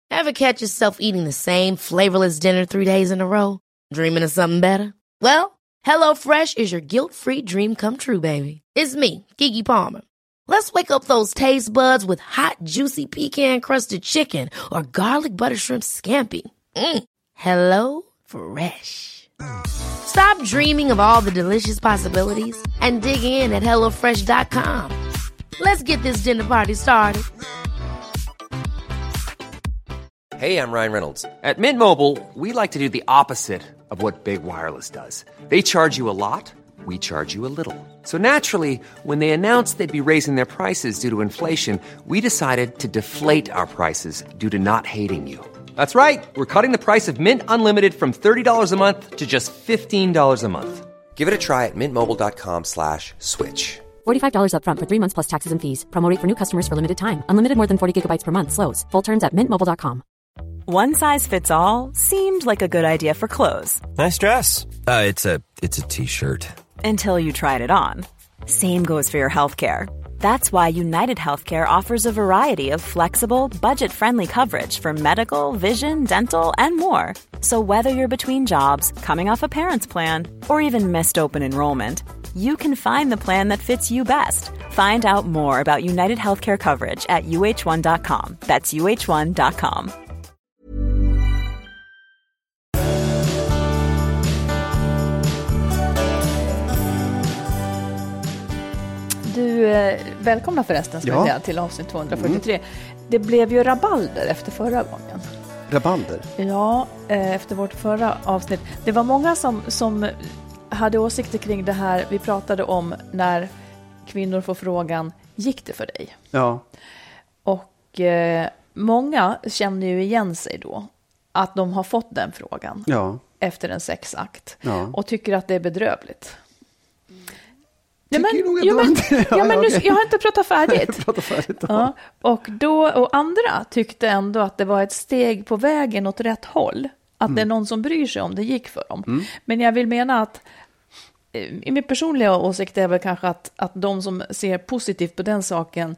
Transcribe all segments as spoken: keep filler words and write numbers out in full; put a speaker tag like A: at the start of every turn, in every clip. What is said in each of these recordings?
A: Ever catch yourself eating the same flavorless dinner three days in a row? Dreaming of something better? Well, HelloFresh is your guilt-free dream come true, baby. It's me, Keke Palmer. Let's wake up those taste buds with hot, juicy pecan-crusted chicken or garlic butter shrimp scampi. Mm. Hello Fresh. Stop dreaming of all the delicious possibilities and dig in at hello fresh dot com. Let's get this dinner party started.
B: Hey, I'm Ryan Reynolds. At Mint Mobile, we like to do the opposite of what Big Wireless does. They charge you a lot, we charge you a little. So naturally, when they announced they'd be raising their prices due to inflation, we decided to deflate our prices due to not hating you. That's right. We're cutting the price of Mint Unlimited from thirty dollars a month to just fifteen dollars a month. Give it a try at mintmobile.com slash switch.
C: forty-five dollars up front for three months plus taxes and fees. Promo rate for new customers for limited time. Unlimited more than forty gigabytes per month. Slows full terms at mint mobile dot com.
D: One size fits all seemed like a good idea for clothes.
E: Nice dress. Uh, it's a it's a t-shirt.
D: Until you tried it on. Same goes for your healthcare. That's why United Healthcare offers a variety of flexible, budget-friendly coverage for medical, vision, dental, and more. So whether you're between jobs, coming off a parent's plan, or even missed open enrollment, you can find the plan that fits you best. Find out more about United Healthcare coverage at u h one dot com. That's u h one dot com.
F: Du, eh, välkomna förresten ska
G: ja.
F: jag till avsnitt tvåhundrafyrtiotre. Mm. Det blev ju rabalder efter förra gången.
G: Rabalder?
F: Ja, eh, efter vårt förra avsnitt. Det var många som, som hade åsikter kring det här vi pratade om när kvinnor får frågan, gick det för dig?
G: Ja.
F: Och eh, många känner ju igen sig då att de har fått den frågan
G: ja.
F: efter en sexakt
G: ja.
F: och tycker att det är bedrövligt.
G: Ja, men,
F: jo, men, ja, men nu, jag har inte pratat färdigt.
G: pratat färdigt
F: ja, och, då, och andra tyckte ändå att det var ett steg på vägen åt rätt håll. Att mm. det är någon som bryr sig om det gick för dem. Mm. Men jag vill mena att i min personliga åsikt är väl kanske att, att de som ser positivt på den saken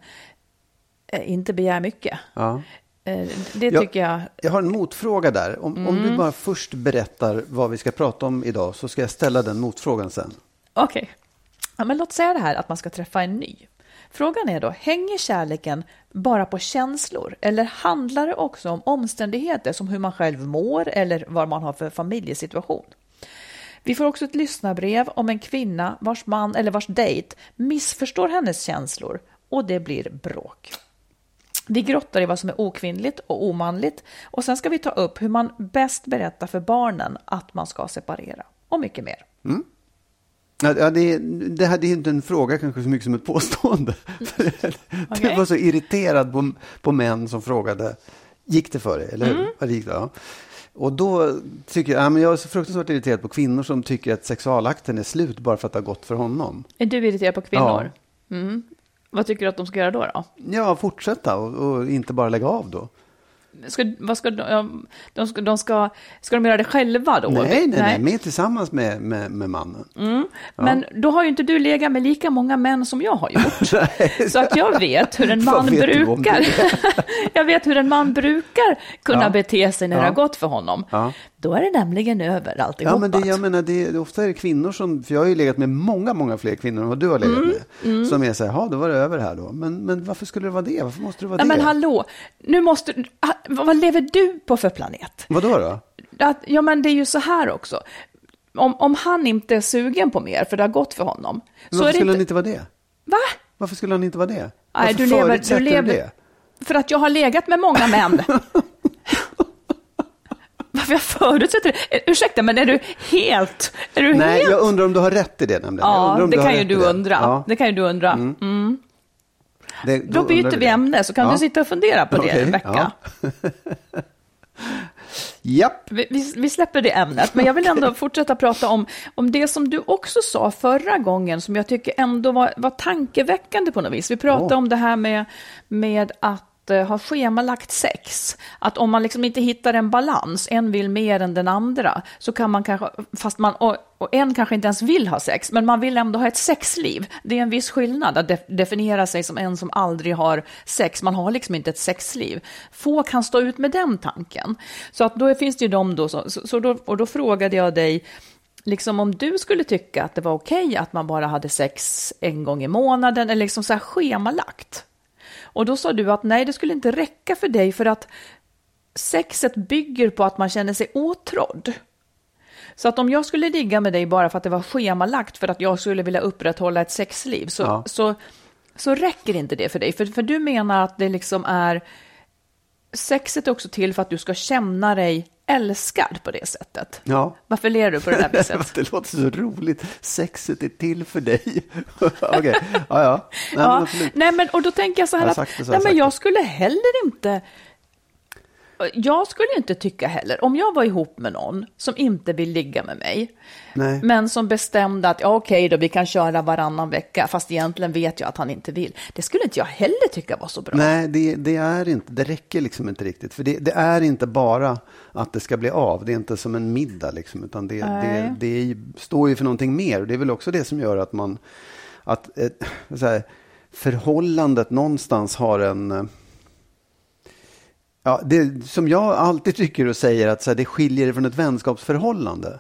F: inte begär mycket.
G: Ja.
F: Det tycker jag, jag...
G: Jag har en motfråga där. Om, mm. om du bara först berättar vad vi ska prata om idag så ska jag ställa den motfrågan sen.
F: Okej. Okay. Ja, men låt säga det här att man ska träffa en ny. Frågan är då, hänger kärleken bara på känslor? Eller handlar det också om omständigheter som hur man själv mår eller vad man har för familjesituation? Vi får också ett lyssnarbrev om en kvinna vars man eller vars dejt missförstår hennes känslor och det blir bråk. Vi grottar i vad som är okvinnligt och omanligt och sen ska vi ta upp hur man bäst berättar för barnen att man ska separera och mycket mer.
G: Mm. Ja, det, det här det är inte en fråga kanske så mycket som ett påstående. Okay. Jag var så irriterad på, på män som frågade, gick det för dig? Eller hur? Mm. Vad gick det? Ja. Och då tycker jag, ja, men jag är så fruktansvärt irriterad på kvinnor som tycker att sexualakten är slut bara för att det har gått för honom.
F: Är du irriterad på kvinnor? Ja. Mm. Vad tycker du att de ska göra då? då?
G: Ja, fortsätta och, och inte bara lägga av då.
F: Ska, vad ska, de, de ska, de ska, ska de göra det själva då?
G: Nej, nej, nej, med tillsammans med, med, med mannen.
F: Mm. Ja. Men då har ju inte du legat med lika många män som jag har gjort. Så att jag vet hur en man brukar jag vet hur en man brukar kunna ja. bete sig när ja. det har gått för honom. Ja. Då är det nämligen över alltihopa.
G: Ja, men det, jag menar, det, det, ofta är det kvinnor som, för jag har ju legat med många, många fler kvinnor än vad du har legat mm. med. Mm. Som är så här, ja, då var det över här då. Men, men varför skulle det vara det? Varför måste det vara
F: ja,
G: det?
F: Men hallå, nu måste, vad lever du på för planet?
G: Vad då då?
F: Att, ja, men det är ju så här också. Om, om han inte är sugen på mer, för det har gått för honom.
G: Men
F: så
G: varför
F: är det
G: skulle
F: inte...
G: han inte vara det?
F: Va?
G: Varför skulle han inte vara det?
F: Nej, du lever, du lever det? För att jag har legat med många män. Varför jag förutsätter det? Ursäkta, men är du helt... Är du
G: Nej,
F: helt...
G: jag undrar om du har rätt i det nämligen.
F: Ja, det kan, ju du undra. Ja. det kan ju du undra. Mm. Mm. Det, då, då byter vi det. ämne, så kan ja. du sitta och fundera på okay. det en vecka.
G: Ja. Japp.
F: Vi, vi, vi släpper det ämnet, men jag vill ändå fortsätta prata om, om det som du också sa förra gången, som jag tycker ändå var, var tankeväckande på något vis. Vi pratade oh. om det här med, med att att uh, ha schemalagt sex. Att om man liksom inte hittar en balans, en vill mer än den andra, så kan man kanske, fast man, och, och en kanske inte ens vill ha sex, men man vill ändå ha ett sexliv. Det är en viss skillnad att def- definiera sig som en som aldrig har sex. Man har liksom inte ett sexliv. Få kan stå ut med den tanken. Så att då finns det ju de då, så, så då, och då frågade jag dig, liksom om du skulle tycka att det var okej att man bara hade sex en gång i månaden, eller liksom så här schemalagt. Och då sa du att nej, det skulle inte räcka för dig, för att sexet bygger på att man känner sig åtrådd. Så att om jag skulle ligga med dig bara för att det var schemalagt, för att jag skulle vilja upprätthålla ett sexliv, så,
G: ja.
F: så, så räcker inte det för dig. För, för du menar att det liksom är, sexet är också till för att du ska känna dig älskad på det sättet.
G: Ja.
F: Varför ler du på det där viset?
G: Det låter så roligt. Sexet är till för dig. Okej, okay. ja, ja. Nej,
F: ja.
G: Men absolut.
F: Nej, men och då tänker jag så här
G: jag
F: att
G: sagt det, så
F: nej,
G: jag
F: men jag
G: det.
F: skulle heller inte jag skulle inte tycka heller, om jag var ihop med någon som inte vill ligga med mig, nej. men som bestämde att ja, okej då, vi kan köra varannan vecka, fast egentligen vet jag att han inte vill. Det skulle inte jag heller tycka var så bra.
G: Nej, det, det är inte, det räcker liksom inte riktigt. För det, det är inte bara att det ska bli av. Det är inte som en middag liksom, utan det, det, det står ju för någonting mer. Och det är väl också det som gör att man, att eh, så här, förhållandet någonstans har en... Ja, det som jag alltid tycker och säger, att så här, det skiljer från ett vänskapsförhållande.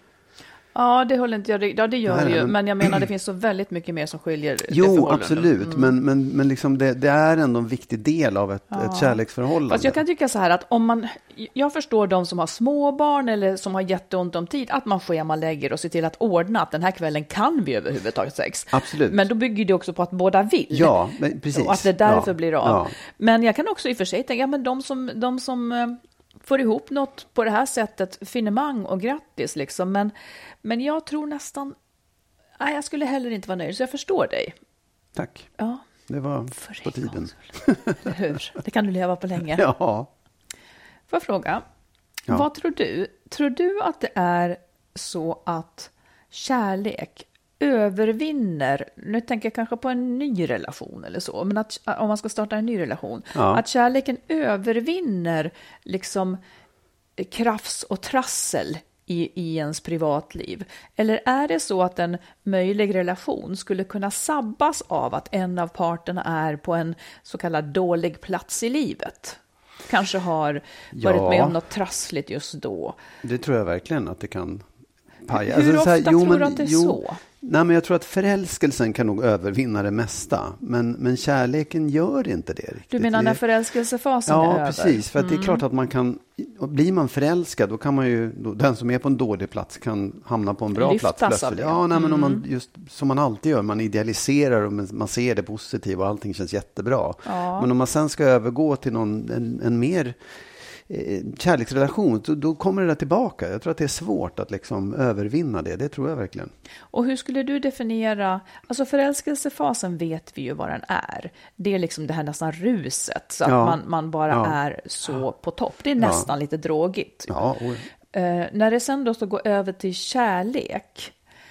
F: Ja, det håller inte jag. Ja, det gör det ju. Men... men jag menar, det finns så väldigt mycket mer som skiljer.
G: Jo, absolut. Mm. Men, men, men liksom det, det är ändå en viktig del av ett, ja. ett kärleksförhållande.
F: Fast jag kan tycka så här att om man... Jag förstår de som har småbarn eller som har jätteont om tid, att man schemalägger och ser till att ordna att den här kvällen kan vi överhuvudtaget sex.
G: Absolut.
F: Men då bygger det också på att båda vill.
G: Ja, precis.
F: Och att det därför
G: ja.
F: blir av.
G: Ja.
F: Men jag kan också i och för sig tänka, ja, men de som... De som får ihop något på det här sättet, finemang och grattis liksom. Men, men jag tror nästan, nej, jag skulle heller inte vara nöjd, så jag förstår dig.
G: Tack.
F: Ja.
G: Det var För på tiden.
F: Hur? Det kan du leva på länge.
G: Ja.
F: Får jag fråga, ja. vad tror du? Tror du att det är så att kärlek övervinner, nu tänker jag kanske på en ny relation eller så, men att om man ska starta en ny relation, ja. att kärleken övervinner liksom krafs och trassel i, i ens privatliv? Eller är det så att en möjlig relation skulle kunna sabbas av att en av parterna är på en så kallad dålig plats i livet? Kanske har varit ja. med om något trassligt just då.
G: Det tror jag verkligen att det kan paja.
F: Hur
G: alltså,
F: ofta
G: här, jo,
F: tror
G: men,
F: du att det är
G: jo,
F: så?
G: Nej, men jag tror att förälskelsen kan nog övervinna det mesta. Men, men kärleken gör inte det riktigt.
F: Du menar när förälskelsefasen
G: ja,
F: är över?
G: Ja, precis. För att
F: mm.
G: det är klart att man kan... Blir man förälskad, då kan man ju... Då, den som är på en dålig plats kan hamna på en bra
F: Lyftas
G: plats plötsligt. Ja, nej, men
F: mm.
G: om man just som man alltid gör, man idealiserar och man ser det positiva och allting känns jättebra.
F: Ja.
G: Men om man sen ska övergå till någon, en, en mer... kärleksrelation, då, då kommer det där tillbaka. Jag tror att det är svårt att liksom övervinna det. Det tror jag verkligen.
F: Och hur skulle du definiera, alltså förälskelsefasen vet vi ju vad den är. Det är liksom det här nästan ruset, så att ja. man, man bara ja. är så på topp. Det är nästan ja. lite drogigt.
G: Ja, oh.
F: uh, när det sen då ska gå över till kärlek,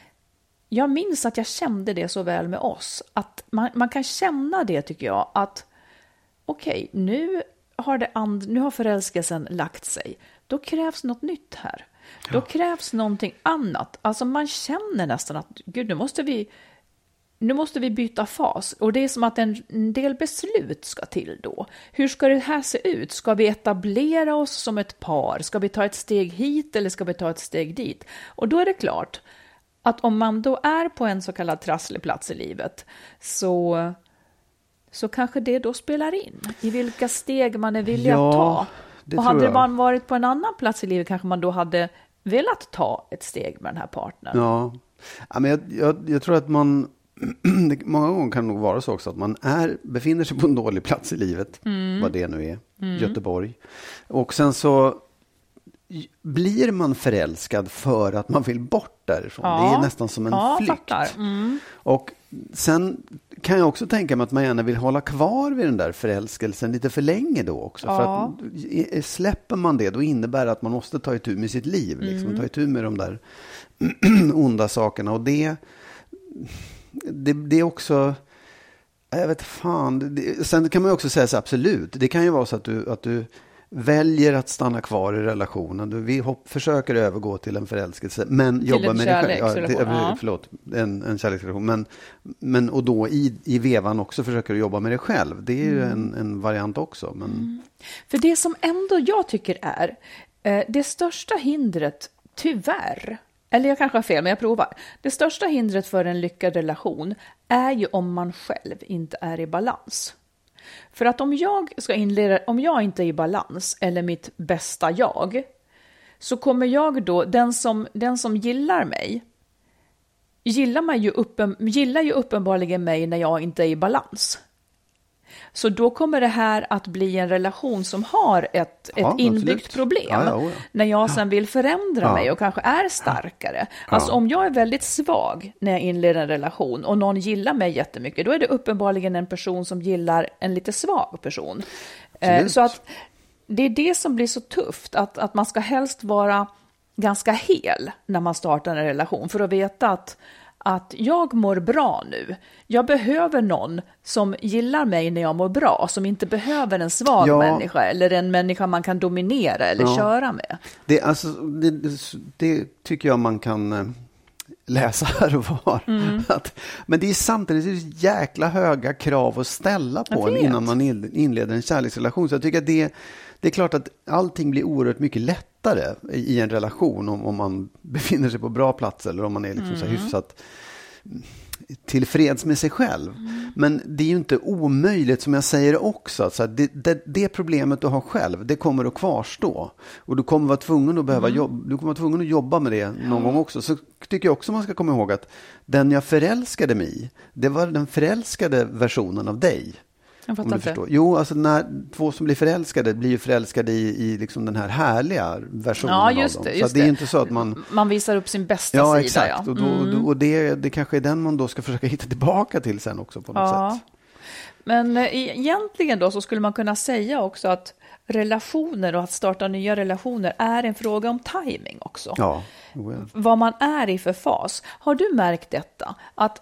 F: jag minns att jag kände det så väl med oss, att man, man kan känna det, tycker jag, att okej, okay, nu har det and- nu har förälskelsen lagt sig. Då krävs något nytt här. Ja. Då krävs någonting annat. Alltså man känner nästan att gud, nu måste vi nu måste vi byta fas. Och det är som att en, en del beslut ska till då. Hur ska det här se ut? Ska vi etablera oss som ett par? Ska vi ta ett steg hit eller ska vi ta ett steg dit? Och då är det klart att om man då är på en så kallad trasslig plats i livet, så så kanske det då spelar in i vilka steg man är villig
G: ja,
F: att ta.
G: Det
F: och
G: tror
F: hade
G: jag.
F: man varit på en annan plats i livet kanske man då hade velat ta ett steg med den här partnern.
G: Ja, ja men jag, jag, jag tror att man många gånger kan det nog vara så också att man är, befinner sig på en dålig plats i livet, mm. vad det nu är, mm. Göteborg. Och sen så blir man förälskad för att man vill bort därifrån.
F: Ja.
G: Det är nästan som en
F: ja,
G: flykt.
F: Mm.
G: Och sen kan jag också tänka mig att man gärna vill hålla kvar vid den där förälskelsen lite för länge då också.
F: Ja.
G: För att släpper man det, då innebär det att man måste ta itu med sitt liv. Liksom,
F: mm.
G: ta itu med de där onda sakerna. Och det, det, det är också... Jag vet fan. Det, sen kan man ju också säga så absolut. Det kan ju vara så att du, att du väljer att stanna kvar i relationen. Du vi hopp, försöker övergå till en förälskelse, men
F: till
G: jobbar
F: en
G: med dig själv.
F: kärleksrelation.
G: Ja,
F: Ja.
G: förlåt, en, en kärleksrelation. Men, men, och då i, i vevan också försöker du jobba med dig själv. Det är ju mm. en, en variant också. Men... Mm.
F: För det som ändå jag tycker är eh, det största hindret, tyvärr, eller jag kanske har fel, men jag provar. Det största hindret för en lyckad relation är ju om man själv inte är i balans. För att om jag ska inleda, om jag inte är i balans eller mitt bästa jag, så kommer jag då, den som, den som gillar mig, gillar, mig ju uppen, gillar ju uppenbarligen mig när jag inte är i balans. Så då kommer det här att bli en relation som har ett, ja, ett inbyggt absolut. problem. Ja, ja, ja. När jag sen vill förändra ja. mig och kanske är starkare. Ja. Alltså om jag är väldigt svag när jag inleder en relation och någon gillar mig jättemycket, då är det uppenbarligen en person som gillar en lite svag person. Eh, så att det är det som blir så tufft, att, att man ska helst vara ganska hel när man startar en relation för att veta att att jag mår bra nu. Jag behöver någon som gillar mig när jag mår bra, som inte behöver en svag ja. människa eller en människa man kan dominera eller ja. köra med.
G: Det, alltså, det, det tycker jag man kan läsa här och var. Mm. Att, men det är samtidigt jäkla höga krav att ställa på en innan man inleder en kärleksrelation. Så jag tycker att det, det är klart att allting blir oerhört mycket lättare i en relation om, om man befinner sig på bra plats eller om man är liksom mm. så hyfsat tillfreds med sig själv. Mm. Men det är ju inte omöjligt, som jag säger också, att så här, det, det, det problemet du har själv, det kommer att kvarstå. Och du kommer vara tvungen att behöva mm. jobba, du kommer vara tvungen att jobba med det någon mm. gång också. Så tycker jag också man ska komma ihåg att den jag förälskade mig i, det var den förälskade versionen av dig.
F: Jag fattar inte.
G: Jo, alltså när två som blir förälskade blir ju förälskade i, i liksom den här härliga versionen
F: ja, just
G: av
F: det,
G: dem.
F: Just
G: Så det är
F: det.
G: inte så att man...
F: Man visar upp sin bästa
G: ja,
F: sida.
G: Exakt.
F: Ja, exakt.
G: Och, då,
F: mm.
G: och det, det kanske är den man då ska försöka hitta tillbaka till sen också på något
F: ja.
G: sätt.
F: Men eh, egentligen då så skulle man kunna säga också att relationer och att starta nya relationer är en fråga om timing också.
G: Ja. Oh, ja.
F: Vad man är i för fas. Har du märkt detta? Att,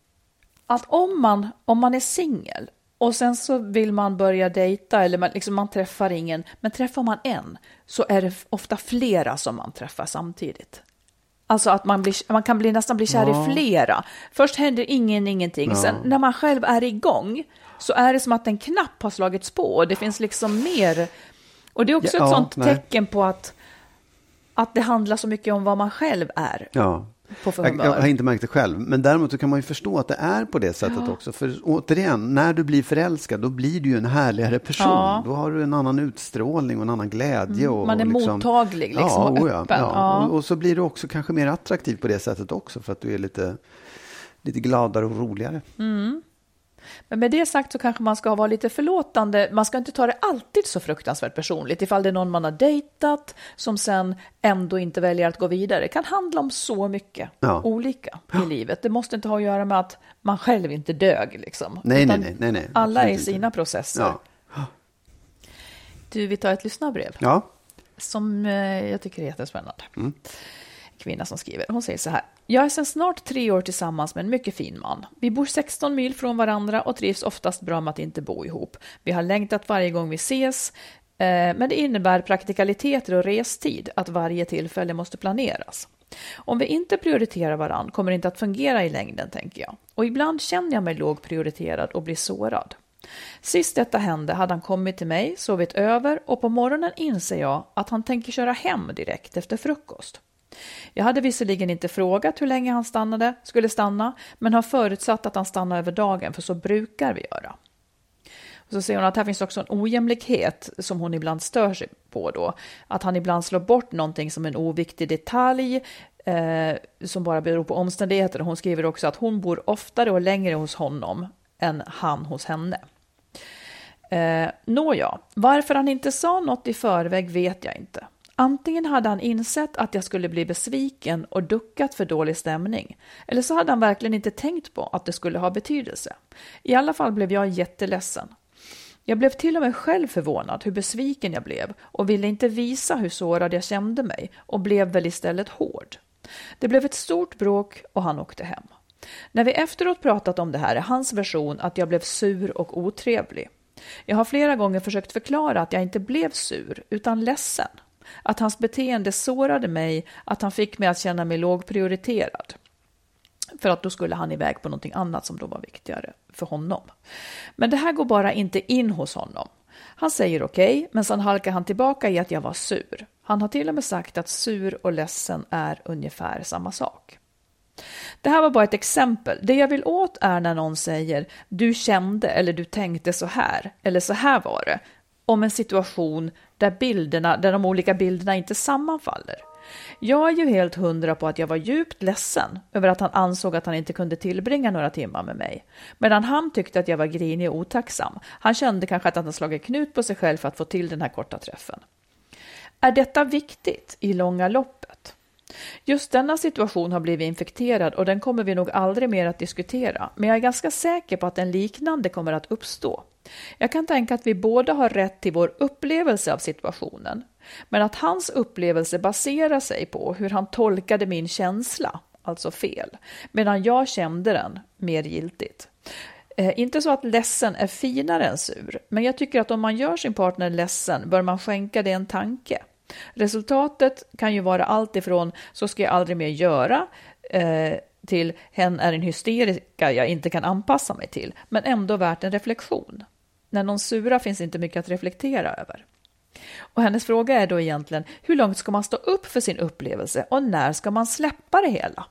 F: att om, man, om man är singel och sen så vill man börja dejta eller man, liksom man träffar ingen, men träffar man en så är det ofta flera som man träffar samtidigt. Alltså att man, blir, man kan bli, nästan bli kär ja. i flera. Först händer ingen, ingenting. Ja. Sen när man själv är igång så är det som att en knapp har slagits på. Och det finns liksom mer. Och det är också ja, ett sånt nej. tecken på att, att det handlar så mycket om vad man själv är.
G: Ja. Jag, jag har inte märkt det själv. Men däremot så kan man ju förstå att det är på det sättet ja. också. För återigen, när du blir förälskad, då blir du ju en härligare person. Ja. Då har du en annan utstrålning och en annan glädje. Och,
F: man är
G: och liksom,
F: mottaglig liksom,
G: ja,
F: och
G: ja,
F: öppen.
G: Ja.
F: Ja.
G: Och, och så blir du också kanske mer attraktiv på det sättet också. För att du är lite, lite gladare och roligare.
F: Mm. Men med det sagt så kanske man ska vara lite förlåtande. Man ska inte ta det alltid så fruktansvärt personligt. Ifall det är någon man har dejtat som sen ändå inte väljer att gå vidare. Det kan handla om så mycket ja. olika i livet. Det måste inte ha att göra med att man själv inte dög. Liksom.
G: Nej, nej, nej, nej, nej.
F: Alla är i sina processer.
G: Ja.
F: Du, vi tar ett lyssnarbrev.
G: Ja.
F: Som eh, jag tycker är jättespännande.
G: Mm.
F: Kvinna som skriver. Hon säger så här. Jag är sedan snart tre år tillsammans med en mycket fin man. Vi bor sexton mil från varandra och trivs oftast bra med att inte bo ihop. Vi har längtat varje gång vi ses, eh, men det innebär praktikaliteter och restid att varje tillfälle måste planeras. Om vi inte prioriterar varann kommer det inte att fungera i längden, tänker jag. Och ibland känner jag mig lågprioriterad och blir sårad. Sist detta hände hade han kommit till mig, sovit över och på morgonen inser jag att han tänker köra hem direkt efter frukost. Jag hade visserligen inte frågat hur länge han stannade, skulle stanna, men har förutsatt att han stannar över dagen, för så brukar vi göra. Och så säger hon att här finns också en ojämlikhet som hon ibland stör sig på då. Att han ibland slår bort någonting som en oviktig detalj eh, som bara beror på omständigheter. Hon skriver också att hon bor oftare och längre hos honom än han hos henne. Eh, Nåja, varför han inte sa något i förväg vet jag inte. Antingen hade han insett att jag skulle bli besviken och duckat för dålig stämning. Eller så hade han verkligen inte tänkt på att det skulle ha betydelse. I alla fall blev jag jätteledsen. Jag blev till och med själv förvånad hur besviken jag blev och ville inte visa hur sårad jag kände mig och blev väl istället hård. Det blev ett stort bråk och han åkte hem. När vi efteråt pratat om det här är hans version att jag blev sur och otrevlig. Jag har flera gånger försökt förklara att jag inte blev sur utan ledsen. Att hans beteende sårade mig, att han fick mig att känna mig lågprioriterad. För att då skulle han iväg på någonting annat som då var viktigare för honom. Men det här går bara inte in hos honom. Han säger okej, okay, men sen halkar han tillbaka i att jag var sur. Han har till och med sagt att sur och ledsen är ungefär samma sak. Det här var bara ett exempel. Det jag vill åt är när någon säger du kände eller du tänkte så här eller så här var det. Om en situation där bilderna, där de olika bilderna inte sammanfaller. Jag är ju helt hundra på att jag var djupt ledsen över att han ansåg att han inte kunde tillbringa några timmar med mig. Medan han tyckte att jag var grinig och otacksam. Han kände kanske att han slagit knut på sig själv för att få till den här korta träffen. Är detta viktigt i långa loppet? Just denna situation har blivit infekterad och den kommer vi nog aldrig mer att diskutera. Men jag är ganska säker på att en liknande kommer att uppstå. Jag kan tänka att vi båda har rätt till vår upplevelse av situationen. Men att hans upplevelse baserar sig på hur han tolkade min känsla, alltså fel. Medan jag kände den mer giltigt. Eh, inte så att ledsen är finare än sur. Men jag tycker att om man gör sin partner ledsen bör man skänka det en tanke. Resultatet kan ju vara allt ifrån så ska jag aldrig mer göra eh, till hen är en hysterika jag inte kan anpassa mig till. Men ändå värt en reflektion. När någon sura finns inte mycket att reflektera över. Och hennes fråga är då egentligen hur långt ska man stå upp för sin upplevelse och när ska man släppa det hela?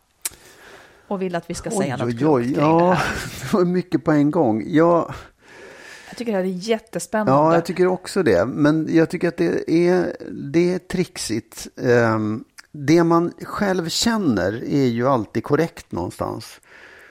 F: Och vill att vi ska säga oj, något klokt kring
G: ja,
F: det här.
G: Det var mycket på en gång. Jag...
F: Jag tycker det här är jättespännande.
G: Ja, jag tycker också det. Men jag tycker att det är, det är trixigt. Um, det man själv känner är ju alltid korrekt någonstans.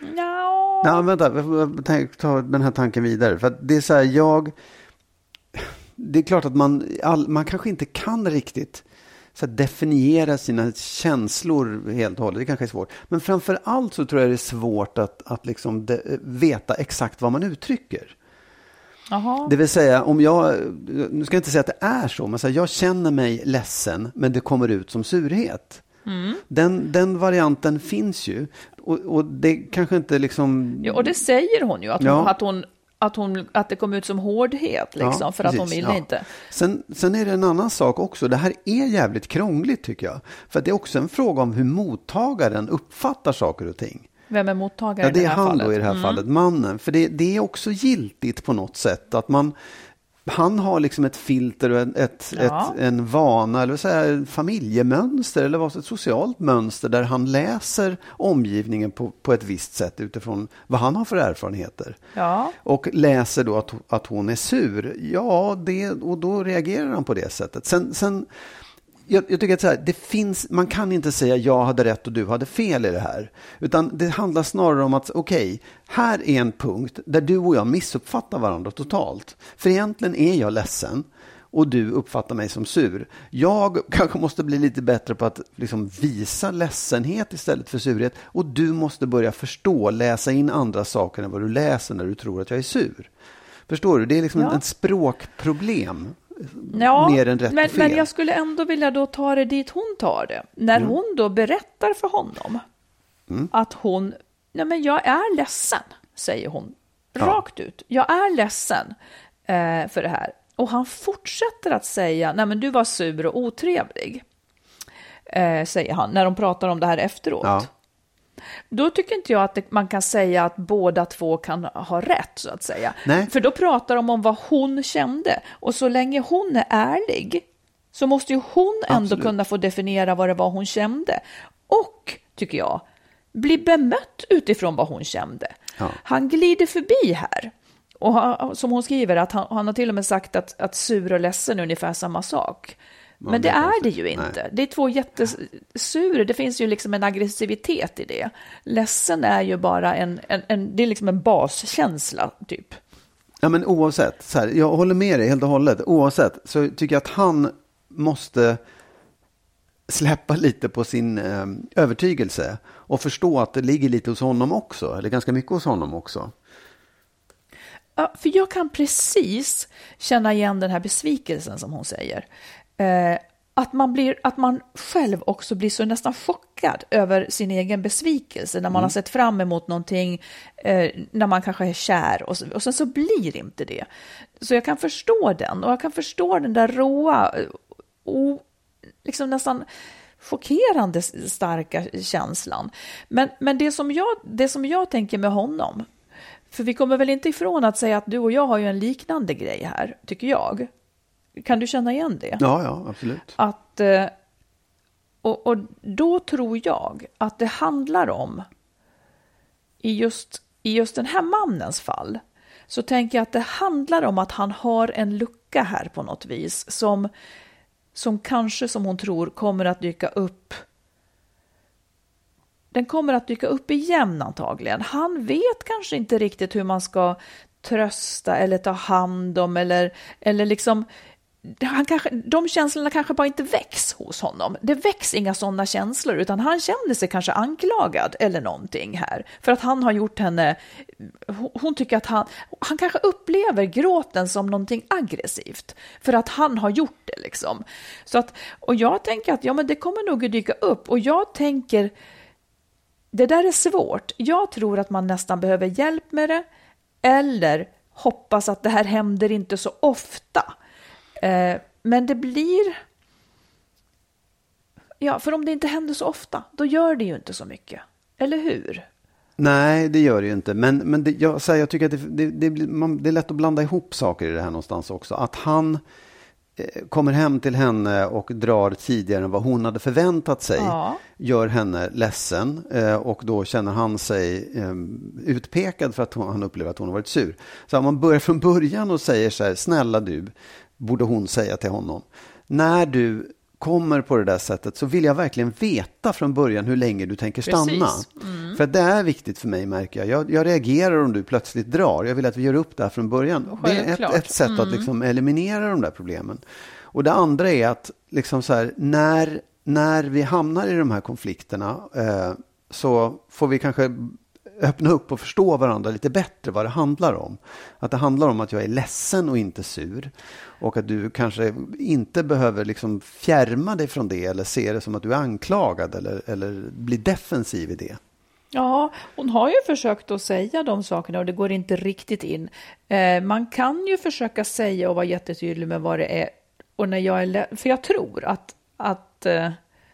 F: No.
G: Nej, vänta. Jag ta den här tanken vidare. För att det är så här, jag... Det är klart att man, all, man kanske inte kan riktigt så här, definiera sina känslor helt och hållet. Det kanske är svårt. Men framför allt så tror jag det är svårt att, att liksom de, veta exakt vad man uttrycker.
F: Aha.
G: Det vill säga, om jag, nu ska jag inte säga att det är så, men så här, jag känner mig ledsen, men det kommer ut som surhet. Mm. Den, den varianten finns ju. Och, och det kanske inte liksom...
F: Ja, och det säger hon ju, att hon,
G: ja.
F: att hon, att hon att det kom ut som hårdhet, liksom,
G: ja,
F: för
G: precis,
F: att hon ville
G: ja.
F: inte.
G: Sen, sen är det en annan sak också. Det här är jävligt krångligt tycker jag. För att det är också en fråga om hur mottagaren uppfattar saker och ting.
F: Vem är mottagaren
G: ja, det är
F: i det här
G: han
F: fallet?
G: Då i det här
F: mm.
G: fallet, mannen. För det, det är också giltigt på något sätt att man, han har liksom ett filter och ett, ett,
F: ja.
G: ett, en vana eller så här, familjemönster eller vad, ett socialt mönster där han läser omgivningen på, på ett visst sätt utifrån vad han har för erfarenheter.
F: Ja.
G: Och läser då att, att hon är sur. Ja, det, och då reagerar han på det sättet. Sen... sen Jag, jag tycker att så här, det finns, man kan inte säga jag hade rätt och du hade fel i det här. Utan det handlar snarare om att okej, okay, här är en punkt där du och jag missuppfattar varandra totalt. För egentligen är jag ledsen och du uppfattar mig som sur. Jag kanske måste bli lite bättre på att liksom visa ledsenhet istället för surhet. Och du måste börja förstå, läsa in andra saker än vad du läser när du tror att jag är sur. Förstår du? Det är liksom ja. ett språkproblem.
F: Ja,
G: mer än rätt
F: men,
G: och fel.
F: men jag skulle ändå vilja då ta det dit hon tar det. När
G: mm.
F: hon då berättar för honom mm. att hon, nej men jag är ledsen, säger hon ja. rakt ut. Jag är ledsen eh, för det här. Och han fortsätter att säga, nej men du var sur och otrevlig, eh, säger han, när de pratar om det här efteråt. Ja. Då tycker inte jag att det, man kan säga att båda två kan ha rätt, så att säga.
G: Nej.
F: För då pratar de om vad hon kände. Och så länge hon är ärlig så måste ju hon ändå Absolut. kunna få definiera vad det var hon kände. Och, tycker jag, bli bemött utifrån vad hon kände. Ja. Han glider förbi här. Och han, som hon skriver, att han, han har till och med sagt att, att sur och ledsen är ungefär samma sak. Men ja, det, det är det ju inte. Nej. Det är två jättesura. Det finns ju liksom en aggressivitet i det. Ledsen är ju bara en, en, en, det är liksom en baskänsla typ.
G: Ja, men oavsett, så här, jag håller med dig helt och hållet. Oavsett så tycker jag att han måste släppa lite på sin eh, övertygelse och förstå att det ligger lite hos honom också. Eller ganska mycket hos honom också.
F: Ja, för jag kan precis känna igen den här besvikelsen som hon säger. Eh, att man, blir, att man själv också blir så nästan chockad över sin egen besvikelse när man mm. har sett fram emot någonting, eh, när man kanske är kär och, och sen så blir inte det. Så jag kan förstå den, och jag kan förstå den där råa och liksom nästan chockerande starka känslan. Men, men det, som jag, det som jag tänker med honom, för vi kommer väl inte ifrån att säga att du och jag har ju en liknande grej här, tycker jag. Kan du känna igen det?
G: Ja, ja, absolut.
F: Att, och, och då tror jag att det handlar om, i just, i just den här mannens fall, så tänker jag att det handlar om att han har en lucka här på något vis som, som kanske, som hon tror, kommer att dyka upp. Den kommer att dyka upp igen antagligen. Han vet kanske inte riktigt hur man ska trösta eller ta hand om eller, eller liksom... Han kanske, de känslorna kanske bara inte väcks hos honom. Det väcks inga sådana känslor, utan han kände sig kanske anklagad eller någonting här. För att han har gjort henne... Hon tycker att han... Han kanske upplever gråten som någonting aggressivt. För att han har gjort det liksom. Så att, och jag tänker att ja, men det kommer nog att dyka upp. Och jag tänker... Det där är svårt. Jag tror att man nästan behöver hjälp med det. Eller hoppas att det här händer inte så ofta. Eh, men det blir... Ja, för om det inte händer så ofta, då gör det ju inte så mycket. Eller hur?
G: Nej, det gör det ju inte. Men, men det, jag, så här, jag tycker att det, det, det, man, det är lätt att blanda ihop saker i det här någonstans också. Att han eh, kommer hem till henne och drar tidigare än vad hon hade förväntat sig. Ja. Gör henne ledsen. Eh, och då känner han sig eh, utpekad för att hon, han upplever att hon har varit sur. Så om man börjar från början och säger så här, snälla du, borde hon säga till honom. När du kommer på det där sättet så vill jag verkligen veta från början hur länge du tänker stanna. Mm. För det är viktigt för mig, märker jag. jag. Jag reagerar om du plötsligt drar. Jag vill att vi gör upp det här från början. Det är ett, ett sätt mm. att liksom eliminera de där problemen. Och det andra är att liksom så här, när, när vi hamnar i de här konflikterna eh, så får vi kanske öppna upp och förstå varandra lite bättre vad det handlar om. Att det handlar om att jag är ledsen och inte sur. Och att du kanske inte behöver liksom fjärma dig från det eller se det som att du är anklagad eller, eller bli defensiv i det.
F: Ja, hon har ju försökt att säga de sakerna och det går inte riktigt in. Eh, man kan ju försöka säga och vara jättetydlig med vad det är. Och när jag är lä- för jag tror att, att eh,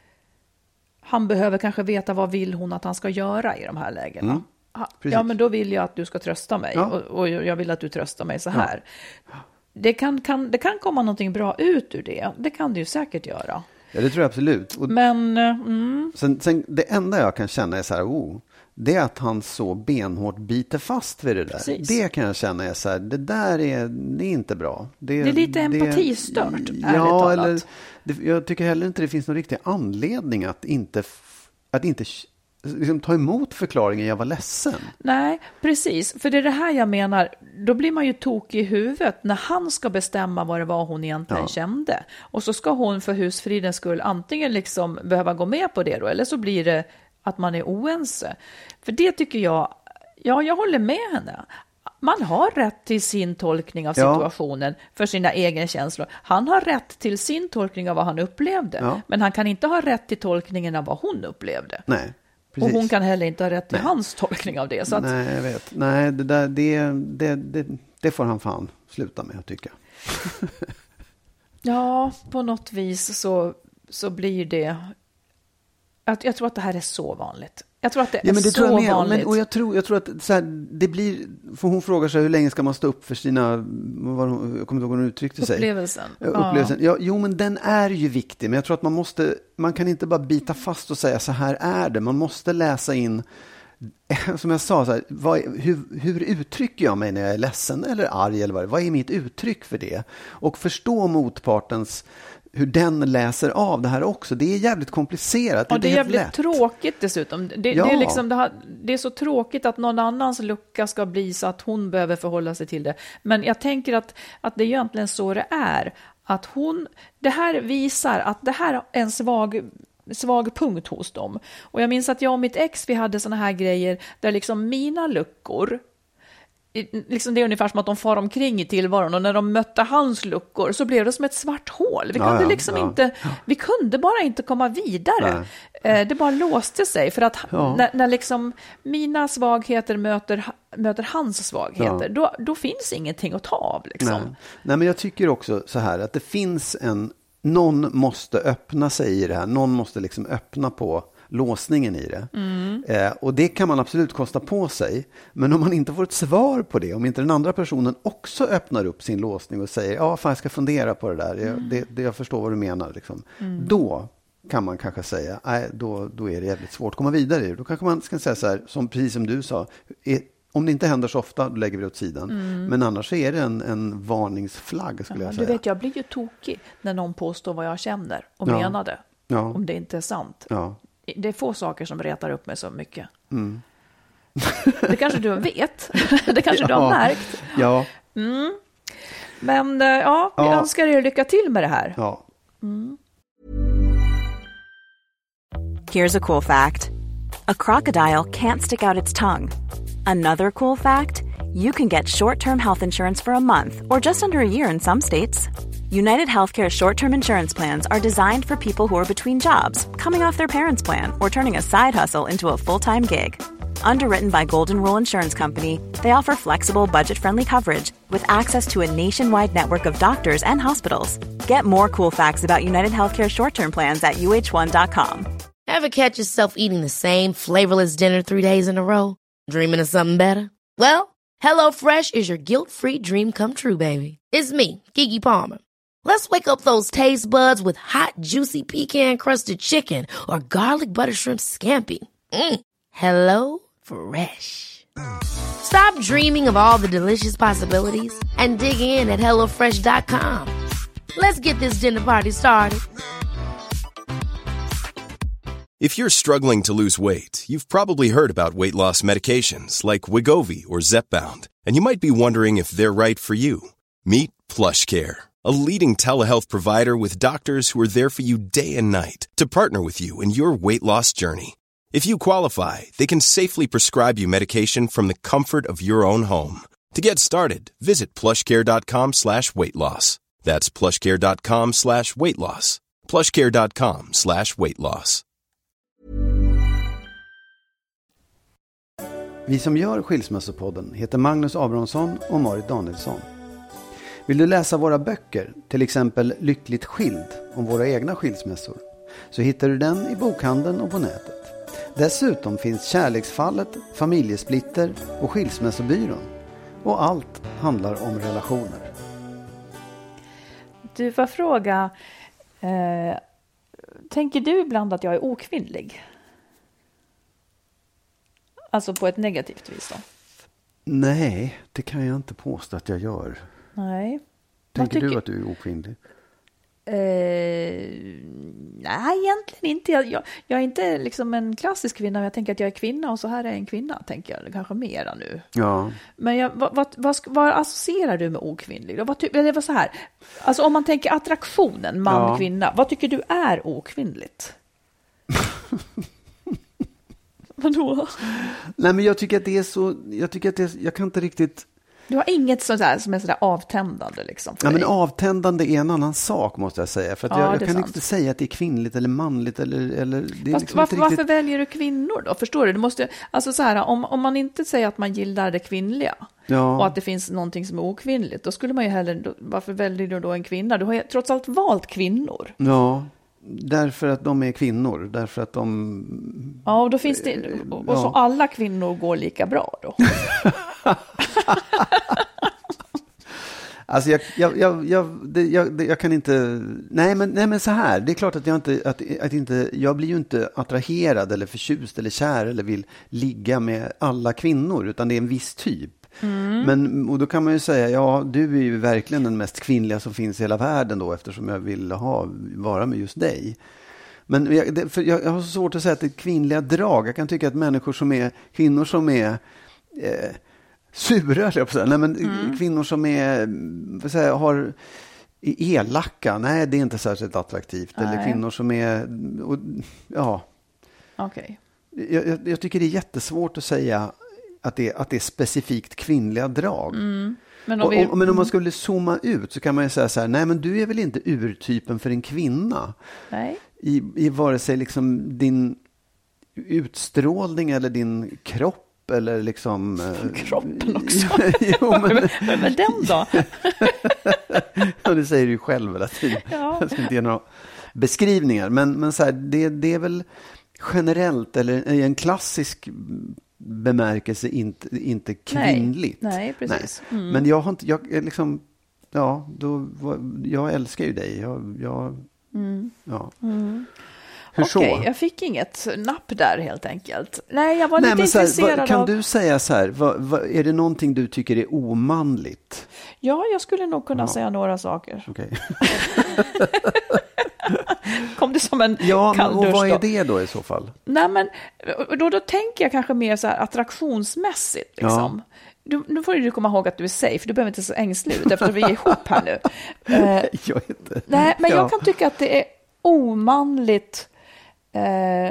F: han behöver kanske veta vad vill hon att han ska göra i de här lägena. Mm. Ja, men då vill jag att du ska trösta mig. Ja. Och, och jag vill att du tröstar mig så här. Ja. Det, kan, kan, det kan komma någonting bra ut ur det. Det kan det ju säkert göra.
G: Ja, det tror jag absolut. Och
F: men... Mm.
G: Sen, sen, det enda jag kan känna är så här... Oh, det är att han så benhårt biter fast vid det där. Precis. Det kan jag känna är så här... Det där är, det är inte bra. Det,
F: det är lite empatistört, ärligt
G: ja,
F: talat.
G: Eller, det, jag tycker heller inte det finns någon riktig anledning att inte... Att inte liksom ta emot förklaringen jag var ledsen.
F: Nej, precis. För det är det här jag menar. Då blir man ju tokig i huvudet när han ska bestämma vad det var hon egentligen ja. kände. Och så ska hon för husfridens skull antingen liksom behöva gå med på det då, eller så blir det att man är oense. För det tycker jag, ja, jag håller med henne. Man har rätt till sin tolkning av situationen ja. för sina egna känslor. Han har rätt till sin tolkning av vad han upplevde. Ja. Men han kan inte ha rätt till tolkningen av vad hon upplevde.
G: Nej. Precis.
F: Och hon kan heller inte ha rätt till
G: Nej.
F: hans tolkning av det. Så att...
G: Nej, jag vet. Nej, det, där, det, det, det, det får han fan sluta med att tycka.
F: Ja, på något vis så, så blir det... Jag, jag tror att det här är så vanligt. Jag tror att det
G: ja,
F: är
G: men det
F: så
G: tror jag med.
F: vanligt.
G: Men, och jag tror, jag tror att så här, det blir... För hon frågar sig hur länge ska man stå upp för sina... Vad hon, jag kommer inte ihåg hur hon uttryckte sig.
F: Upplevelsen.
G: Upplevelsen. Ja. Ja, jo, men den är ju viktig. Men jag tror att man måste... Man kan inte bara bita fast och säga så här är det. Man måste läsa in... Som jag sa, så här, vad, hur, hur uttrycker jag mig när jag är ledsen eller arg? Eller vad, vad är mitt uttryck för det? Och förstå motpartens... hur den läser av det här också. Det är jävligt komplicerat.
F: Och det är,
G: det är
F: jävligt
G: lätt.
F: tråkigt dessutom. Det,
G: ja.
F: det, är liksom, det, har, det är så tråkigt att någon annans lucka ska bli så att hon behöver förhålla sig till det. Men jag tänker att, att det är egentligen så det är. Att hon, det här visar att det här är en svag, svag punkt hos dem. Och jag minns att jag och mitt ex, vi hade såna här grejer där liksom mina luckor liksom det är ungefär som att de far omkring i tillvaron och när de mötte hans luckor så blev det som ett svart hål. Vi kunde
G: ja,
F: liksom
G: ja.
F: inte, vi kunde bara inte komma vidare. Nej. Det bara låste sig för att ja. när, när liksom mina svagheter möter, möter hans svagheter, ja. då, då finns ingenting att ta av. Liksom.
G: Nej. Nej, men jag tycker också så här att det finns en, någon måste öppna sig i det här, någon måste liksom öppna på låsningen i det. Mm. Eh, och det kan man absolut kosta på sig. Men om man inte får ett svar på det, om inte den andra personen också öppnar upp sin låsning och säger, ja fan jag ska fundera på det där, jag, mm. det, det, jag förstår vad du menar. Liksom. Mm. Då kan man kanske säga, nej då, då är det jävligt svårt att komma vidare. Då kanske man ska säga så här, som, precis som du sa, är, om det inte händer så ofta, då lägger vi det åt sidan. Mm. Men annars är det en, en varningsflagg skulle ja, jag säga.
F: Du vet, jag blir ju tokig när någon påstår vad jag känner och ja. menar det. Ja. Om det inte är sant.
G: Ja.
F: Det är få saker som retar upp mig så mycket.
G: Mm.
F: Det kanske du vet. Det kanske ja. du har märkt.
G: Ja.
F: Mm. Men ja, vi ja. önskar er lycka till med det här.
G: Ja.
F: Mm.
D: Here's a cool fact. A crocodile can't stick out its tongue. Another cool fact, you can get short-term health insurance for a month or just under a year in some states. United Healthcare short-term insurance plans are designed for people who are between jobs, coming off their parents' plan, or turning a side hustle into a full-time gig. Underwritten by Golden Rule Insurance Company, they offer flexible, budget-friendly coverage with access to a nationwide network of doctors and hospitals. Get more cool facts about United Healthcare short-term plans at U H one dot com.
A: Ever catch yourself eating the same flavorless dinner three days in a row? Dreaming of something better? Well, HelloFresh is your guilt-free dream come true, baby. It's me, Keke Palmer. Let's wake up those taste buds with hot, juicy pecan-crusted chicken or garlic butter shrimp scampi. Mm. Hello Fresh. Stop dreaming of all the delicious possibilities and dig in at hello fresh dot com. Let's get this dinner party started.
H: If you're struggling to lose weight, you've probably heard about weight loss medications like Wegovy or Zepbound, and you might be wondering if they're right for you. Meet PlushCare, a leading telehealth provider with doctors who are there for you day and night to partner with you in your weight loss journey. If you qualify, they can safely prescribe you medication from the comfort of your own home. To get started, visit plushcare.com slash weight loss. That's plushcare.com slash weight loss. plushcare.com slash weight loss.
G: Vi som gör Skilsmässopodden heter Magnus Abrahamsson och Marit Danielsson. Vill du läsa våra böcker, till exempel Lyckligt skild om våra egna skilsmässor, så hittar du den i bokhandeln och på nätet. Dessutom finns Kärleksfallet, Familjesplitter och Skilsmässobyrån. Och allt handlar om relationer.
F: Du får fråga, eh, tänker du ibland att jag är okvinnlig? Alltså på ett negativt vis då?
G: Nej, det kan jag inte påstå att jag gör.
F: Nej.
G: Tänker tycker... du att du är okvinnlig?
F: Uh, nej, egentligen inte. Jag, jag, jag är inte liksom en klassisk kvinna. Jag tänker att jag är kvinna och så här är en kvinna, tänker jag. Kanske mera nu.
G: Ja.
F: Men jag, vad, vad, vad, vad associerar du med okvinnlig? Vad, eller vad så här? Alltså om man tänker attraktionen man-kvinna, ja. Vad tycker du är okvinnligt? Vadå?
G: Nej, men jag tycker att det är så... Jag tycker att det är, jag kan inte riktigt...
F: Du har inget sånt här som är sådär avtändande liksom för
G: ja,
F: dig.
G: Men avtändande är en annan sak måste jag säga. För att
F: ja,
G: jag, jag kan
F: sant.
G: inte säga att det är kvinnligt eller manligt. Eller, eller, det är
F: Fast,
G: liksom
F: varför,
G: inte riktigt...
F: varför väljer du kvinnor då? Förstår du? Du måste, alltså så här, om, om man inte säger att man gillar det kvinnliga ja. och att det finns någonting som är okvinnligt, då skulle man ju hellre... Då, varför väljer du då en kvinna? Du har ju trots allt valt kvinnor.
G: Ja, därför att de är kvinnor. Därför att de...
F: Ja, och då finns det... Och, och så ja. alla kvinnor går lika bra då.
G: Alltså jag, jag, jag, jag, det, jag, det, jag kan inte... Nej men, nej men så här, det är klart att jag inte, att, att inte... Jag blir ju inte attraherad eller förtjust eller kär eller vill ligga med alla kvinnor, utan det är en viss typ. Mm. Men, och då kan man ju säga, ja du är ju verkligen den mest kvinnliga som finns i hela världen då, eftersom jag vill ha, vara med just dig. Men jag, det, för jag, jag har så svårt att säga att det är kvinnliga drag. Jag kan tycka att människor som är, kvinnor som är... Eh, sura, jag på säga. Nej, men mm. kvinnor som är vad säga, har elaka, nej det är inte särskilt attraktivt. Nej. Eller kvinnor som är och, ja.
F: Okej.
G: Okay. Jag, jag, jag tycker det är jättesvårt att säga att det, att det är specifikt kvinnliga drag.
F: Mm. Men, om vi...
G: och, och, men om man skulle zooma ut så kan man ju säga så här, nej men du är väl inte urtypen för en kvinna.
F: Nej.
G: I, i vare sig liksom din utstrålning eller din kropp eller liksom...
F: Kroppen också.
G: jo, men...
F: men, men den då?
G: ja, det säger du ju själv hela tiden.
F: Ja.
G: Jag ska inte ge några beskrivningar. Men, men så här, det, det är väl generellt eller i en klassisk bemärkelse inte, inte kvinnligt.
F: Nej, nej precis. Nej. Mm.
G: Men jag har inte... Jag, liksom, ja, då, jag älskar ju dig. Jag... jag
F: mm.
G: ja.
F: Mm.
G: Hur
F: Okej,
G: så?
F: jag fick inget napp där helt enkelt. Nej, jag var
G: Nej,
F: lite
G: men så här,
F: intresserad
G: vad, kan
F: av...
G: du säga så här, vad, vad, är det någonting du tycker är omanligt?
F: Ja, jag skulle nog kunna
G: ja.
F: säga några saker.
G: Okej.
F: Kom det som en
G: ja,
F: kall
G: och
F: dusch
G: vad är
F: då?
G: det då i så fall?
F: Nej, men då, då tänker jag kanske mer så här attraktionsmässigt liksom. Ja. Du, nu får du komma ihåg att du är safe. Du behöver inte se ängslig ut efter att vi är ihop här nu. Uh,
G: jag inte.
F: Nej, men
G: ja.
F: jag kan tycka att det är omanligt. Uh,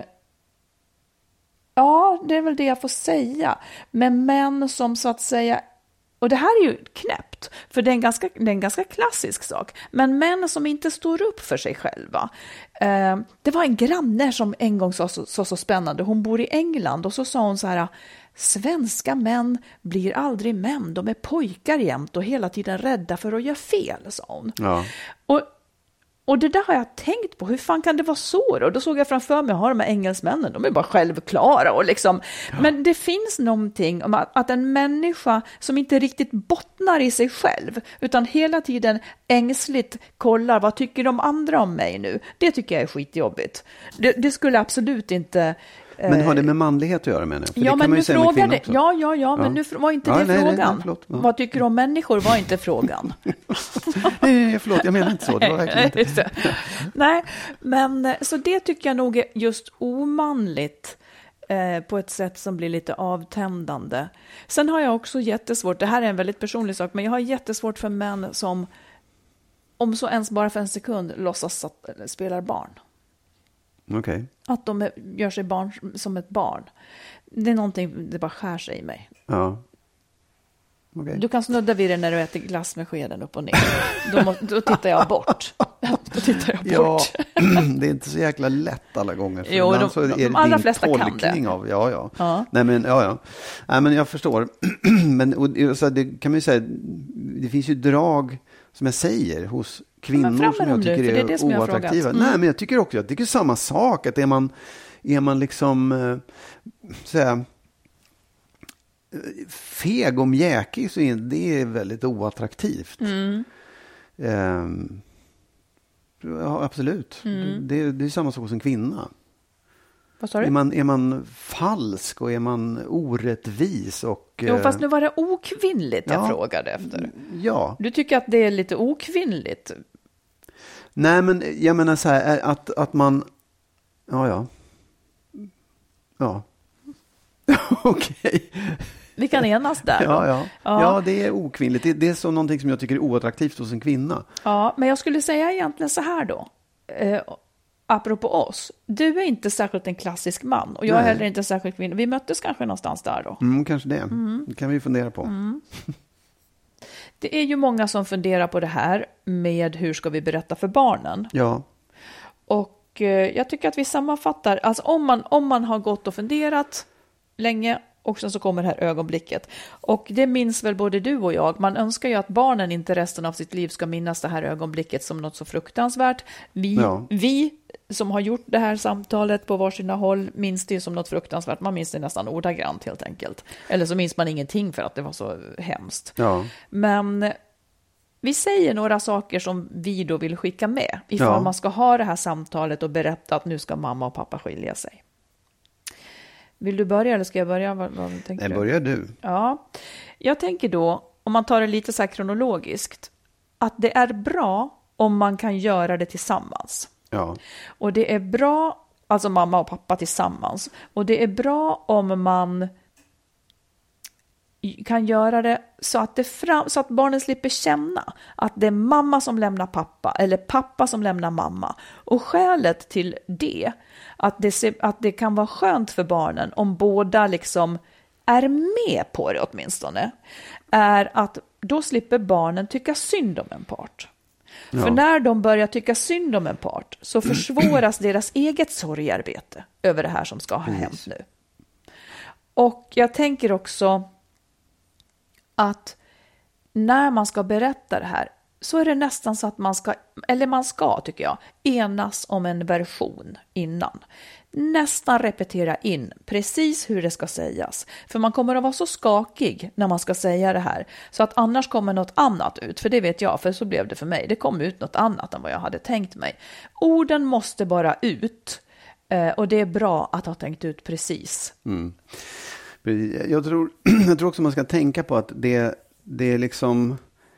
F: ja, det är väl det jag får säga. Men män som så att säga... Och det här är ju knäppt, för det är en ganska, det är en ganska klassisk sak. Men män som inte står upp för sig själva. Uh, det var en granne som en gång sa så, så, så spännande. Hon bor i England och så sa hon så här... Svenska män blir aldrig män, de är pojkar jämt och hela tiden rädda för att göra fel, sa hon.
G: Ja.
F: Och, och det där har jag tänkt på, hur fan kan det vara så då? Då såg jag framför mig, har de här engelsmännen, de är bara självklara och liksom. Ja. Men det finns någonting om att, att en människa som inte riktigt bottnar i sig själv, utan hela tiden ängsligt kollar, vad tycker de andra om mig nu? Det tycker jag är skitjobbigt. Det, det skulle absolut inte...
G: Men har det med manlighet att göra med det? För
F: ja,
G: det
F: men
G: kan man ju
F: nu
G: säga med
F: frågade,
G: också.
F: ja, ja, ja, men
G: ja.
F: nu var inte
G: ja,
F: det
G: nej,
F: frågan.
G: Nej, nej, förlåt, ja.
F: Vad tycker du om människor var inte frågan.
G: nej, nej, förlåt, jag menar inte så. Det var verkligen inte.
F: Nej, men så det tycker jag nog är just omanligt eh, på ett sätt som blir lite avtändande. Sen har jag också jättesvårt, det här är en väldigt personlig sak, men jag har jättesvårt för män som, om så ens bara för en sekund, låtsas att, eller spelar barn.
G: Okay.
F: Att de gör sig barn som ett barn. Det är någonting, det bara skär sig i mig.
G: Ja. Okay.
F: Du kan snudda vid det när du äter glass med skeden upp och ner. Då, må, då tittar jag bort. Då tittar jag bort.
G: Ja, det är inte så jäkla lätt alla gånger. För
F: jo, de,
G: så är det
F: de allra
G: din
F: flesta kan det.
G: Av, ja, ja.
F: Ja.
G: Nej, men, ja, ja. Nej, men jag förstår. men och, så det kan man ju säga, det finns ju drag, som jag säger, hos kvinnor som jag tycker nu, är, det är det oattraktiva. Mm. Nej, men jag tycker också, jag tycker samma sak. Att är man, är man liksom, äh, så här, feg och mjäkig, så är det är väldigt oattraktivt.
F: Mm.
G: Um, ja, absolut.
F: Mm.
G: Det, det är samma sak hos en kvinna.
F: Vad sa du?
G: Är man, är man falsk och är man orättvis och...
F: Jo, fast nu var det okvinnligt jag
G: ja,
F: frågade efter.
G: Ja.
F: Du tycker att det är lite okvinnligt?
G: Nej, men jag menar så här, att, att man... Ja, ja. Ja. Okej. Okay.
F: Vi kan enas där.
G: Ja, ja. Ja. ja, det är okvinnligt. Det, det är så någonting som jag tycker är oattraktivt hos en kvinna.
F: Ja, men jag skulle säga egentligen så här då. Eh, apropå oss. Du är inte särskilt en klassisk man. Och jag är heller inte särskilt kvinna. Vi möttes kanske någonstans där då.
G: Mm, kanske det. Mm. Det kan vi fundera på.
F: Mm. Det är ju många som funderar på det här med hur ska vi berätta för barnen.
G: Ja.
F: Och eh, jag tycker att vi sammanfattar. Alltså om man, om man har gått och funderat länge. Och sen så kommer det här ögonblicket. Och det minns väl både du och jag. Man önskar ju att barnen inte resten av sitt liv ska minnas det här ögonblicket som något så fruktansvärt. Vi, ja. vi som har gjort det här samtalet på varsina håll minns det som något fruktansvärt. Man minns det nästan ordagrant helt enkelt. Eller så minns man ingenting för att det var så hemskt.
G: Ja.
F: Men vi säger några saker som vi då vill skicka med. Ifall
G: ja.
F: man ska ha det här samtalet och berätta att nu ska mamma och pappa skilja sig. Vill du börja eller ska jag börja? Vad, vad tänker
G: Nej, börjar du.
F: Ja, jag tänker då, om man tar det lite så här kronologiskt, att det är bra om man kan göra det tillsammans.
G: Ja.
F: Och det är bra, alltså mamma och pappa tillsammans. Och det är bra om man kan göra det så att, det fram, så att barnen slipper känna att det är mamma som lämnar pappa eller pappa som lämnar mamma. Och skälet till det, att det, att det kan vara skönt för barnen om båda liksom är med på det åtminstone, är att då slipper barnen tycka synd om en part. Ja. För när de börjar tycka synd om en part så försvåras deras eget sorgarbete över det här som ska ha hänt yes. nu. Och jag tänker också att när man ska berätta det här så är det nästan så att man ska, eller man ska tycker jag, enas om en version innan. Nästan repetera in precis hur det ska sägas. För man kommer att vara så skakig när man ska säga det här. Så att annars kommer något annat ut. För det vet jag, för så blev det för mig. Det kom ut något annat än vad jag hade tänkt mig. Orden måste bara ut. Och det är bra att ha tänkt ut precis.
G: Mm. Jag tror, jag tror också man ska tänka på att det, det är liksom...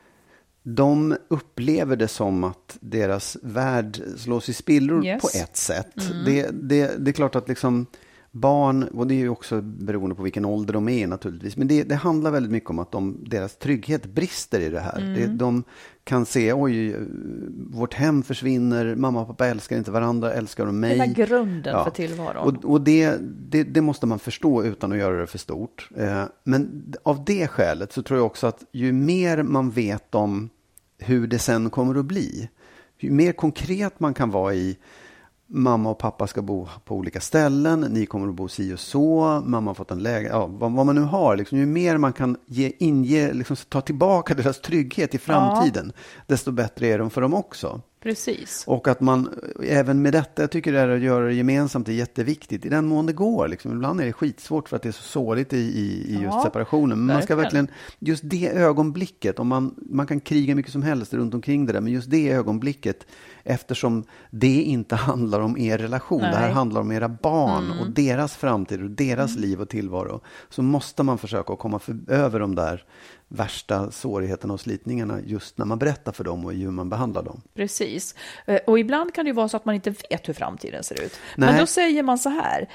G: De upplever det som att deras värld slås i spillror yes. på ett sätt. Mm. Det, det, det är klart att liksom barn, och det är ju också beroende på vilken ålder de är naturligtvis, men det, det handlar väldigt mycket om att de, deras trygghet brister i det här. Mm. Det, de kan se, oj, vårt hem försvinner, mamma och pappa älskar inte varandra, älskar de mig.
F: Hela grunden ja. för tillvaron.
G: Och, och det, det, det måste man förstå utan att göra det för stort. Eh, men av det skälet så tror jag också att ju mer man vet om hur det sen kommer att bli, ju mer konkret man kan vara i mamma och pappa ska bo på olika ställen, ni kommer att bo si och så, mamma har fått en läge, ja, vad, vad man nu har, liksom, ju mer man kan ge, inge, liksom, ta tillbaka deras trygghet i framtiden, ja. desto bättre är de för dem också.
F: Precis.
G: Och att man, även med detta, jag tycker det är att göra det gemensamt är jätteviktigt. I den mån det går. Liksom. Ibland är det skitsvårt för att det är så sårigt i, i, i just ja, separationen. Men man ska verkligen, just det ögonblicket, om man, man kan kriga mycket som helst runt omkring det där, men just det ögonblicket, eftersom det inte handlar om er relation, Nej. det här handlar om era barn mm. och deras framtid och deras mm. liv och tillvaro, så måste man försöka att komma för, över de där värsta svårigheterna och slitningarna just när man berättar för dem och hur man behandlar dem.
F: Precis. Och ibland kan det ju vara så att man inte vet hur framtiden ser ut. Nej. Men då säger man så här,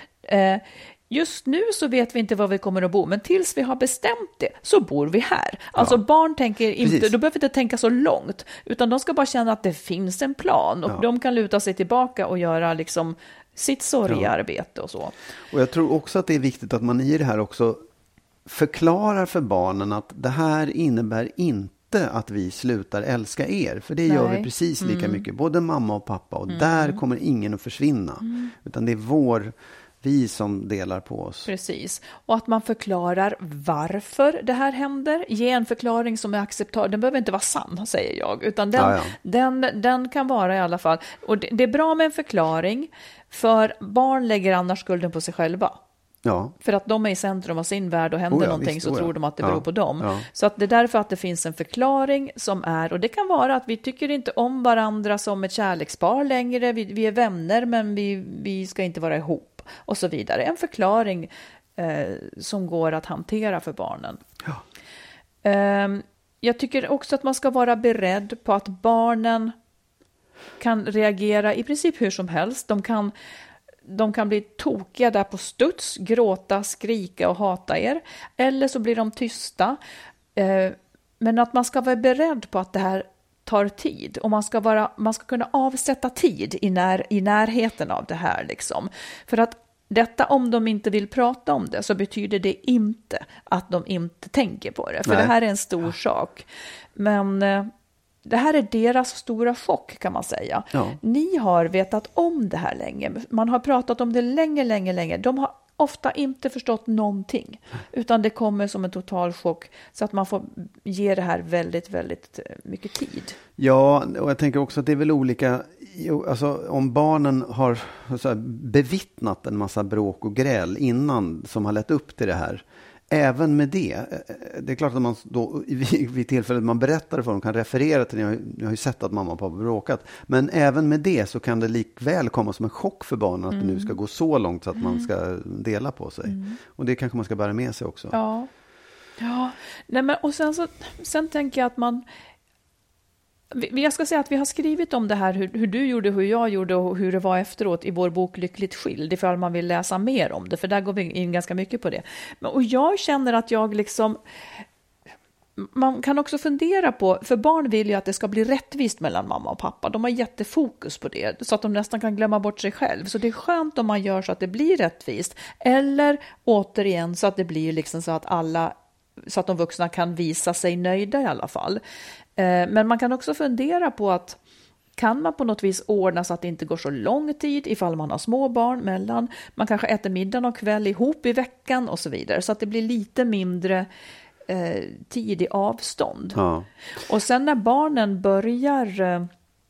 F: just nu så vet vi inte var vi kommer att bo, men tills vi har bestämt det så bor vi här. Alltså ja. barn tänker inte, Precis. då behöver inte tänka så långt, utan de ska bara känna att det finns en plan och ja. de kan luta sig tillbaka och göra liksom sitt sorgarbete ja. och så. Och
G: jag tror också att det är viktigt att man i det här också förklarar för barnen att det här innebär inte att vi slutar älska er. För det Nej. gör vi precis lika mm. mycket. Både mamma och pappa. Och mm. där kommer ingen att försvinna. Mm. Utan det är vår, vi som delar på oss.
F: Precis. Och att man förklarar varför det här händer. Ge en förklaring som är acceptabel. Den behöver inte vara sann, säger jag. Utan den, ja, ja. den, den kan vara i alla fall. Och det, det är bra med en förklaring. För barn lägger annars skulden på sig själva. Ja. För att de är i centrum av sin värld och händer oh ja, någonting visst, så oh ja. tror de att det beror ja. på dem. Ja. Så att det är därför att det finns en förklaring som är, och det kan vara att vi tycker inte om varandra som ett kärlekspar längre, vi, vi är vänner men vi, vi ska inte vara ihop och så vidare. En förklaring eh, som går att hantera för barnen. Ja. Eh, jag tycker också att man ska vara beredd på att barnen kan reagera i princip hur som helst. De kan De kan bli tokiga där på studs, gråta, skrika och hata er. Eller så blir de tysta. Men att man ska vara beredd på att det här tar tid. Och man ska, vara, man ska kunna avsätta tid i, när, i närheten av det här. Liksom. För att detta, om de inte vill prata om det, så betyder det inte att de inte tänker på det. För Nej. det här är en stor sak. Men det här är deras stora chock, kan man säga. Ja. Ni har vetat om det här länge. Man har pratat om det länge, länge, länge. De har ofta inte förstått någonting. Utan det kommer som en total chock. Så att man får ge det här väldigt, väldigt mycket tid. Ja, och jag tänker också att det är väl olika. Alltså, om barnen har så här, bevittnat en massa bråk och gräl innan som har lett upp till det här. Även med det, det är klart att man då vid tillfället man berättar för dem kan referera till det. Jag har ju sett att mamma och pappa bråkat. Men även med det så kan det likväl komma som en chock för barnen att mm. det nu ska gå så långt så att man ska dela på sig. Mm. Och det kanske man ska bära med sig också. Ja, ja. Nej, men, och sen, så, sen tänker jag att man... Jag ska säga att vi har skrivit om det här, hur, hur du gjorde, hur jag gjorde och hur det var efteråt i vår bok Lyckligt skild, ifall man vill läsa mer om det, för där går vi in ganska mycket på det. Men, och jag känner att jag liksom, man kan också fundera på, för barn vill ju att det ska bli rättvist mellan mamma och pappa. De har jättefokus på det, så att de nästan kan glömma bort sig själv. Så det är skönt om man gör så att det blir rättvist. Eller återigen så att det blir liksom så att alla, så att de vuxna kan visa sig nöjda i alla fall. Men man kan också fundera på att kan man på något vis ordna så att det inte går så lång tid ifall man har små barn mellan. Man kanske äter middag och kväll ihop i veckan och så vidare. Så att det blir lite mindre eh, tid i avstånd. Ja. Och sen när barnen börjar eh,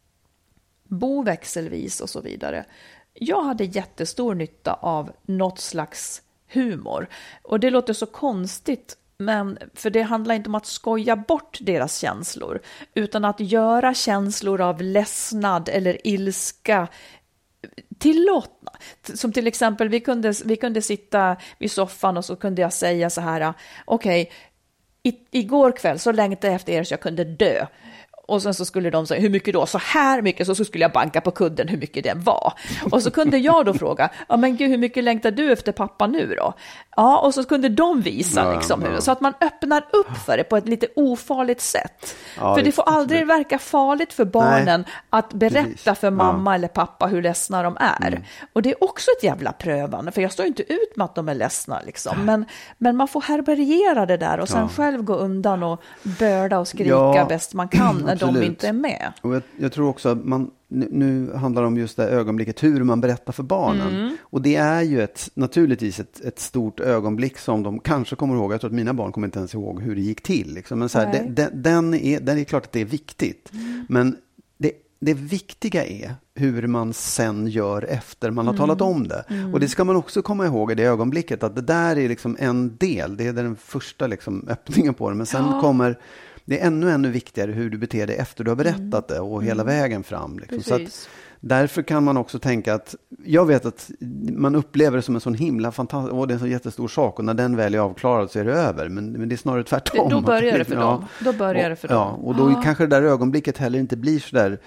F: bo växelvis och så vidare. Jag hade jättestor nytta av något slags humor. Och det låter så konstigt. Men för det handlar inte om att skoja bort deras känslor, utan att göra känslor av ledsnad eller ilska tillåtna. Som till exempel, vi kunde, vi kunde sitta vid soffan och så kunde jag säga så här: okej, okay, igår kväll så längtade jag efter er så jag kunde dö. Och sen så skulle de säga, hur mycket då? Så här mycket. Så, så skulle jag banka på kudden hur mycket det var. Och så kunde jag då fråga, ja men gud, hur mycket längtar du efter pappa nu då? Ja, och så kunde de visa ja, liksom hur. Ja. Så att man öppnar upp för det på ett lite ofarligt sätt. Ja, för det får aldrig absolut. verka farligt för barnen Nej. att berätta Precis. för mamma ja. eller pappa hur ledsna de är. Mm. Och det är också ett jävla prövande. För jag står inte ut med att de är ledsna liksom. Men, men man får härbärgera det där och sen ja. själv gå undan och börda och skrika ja. bäst man kan när de inte är med.
G: Och jag, jag tror också att man, nu, nu handlar det om just det ögonblicket, hur man berättar för barnen. Mm. Och det är ju ett, naturligtvis ett, ett stort ögonblick som de kanske kommer ihåg. Jag tror att mina barn kommer inte ens ihåg hur det gick till. Liksom. Men så här, det, det, den, är, den är klart att det är viktigt. Mm. Men det, det viktiga är hur man sen gör efter man har mm. talat om det. Mm. Och det ska man också komma ihåg i det ögonblicket, att det där är liksom en del. Det är den första liksom öppningen på det. Men sen ja. kommer... Det är ännu, ännu viktigare hur du beter dig efter du har berättat mm. det och hela mm. vägen fram. Liksom. Så att därför kan man också tänka att, jag vet att man upplever det som en sån himla fantastisk, och det är en så jättestor sak, och när den väl är avklarad så är det över. Men, men det är snarare tvärtom.
F: Det, då börjar det för
G: ja,
F: dem. Då börjar
G: och,
F: det för
G: ja,
F: dem.
G: Och då ah. kanske det där ögonblicket heller inte blir så där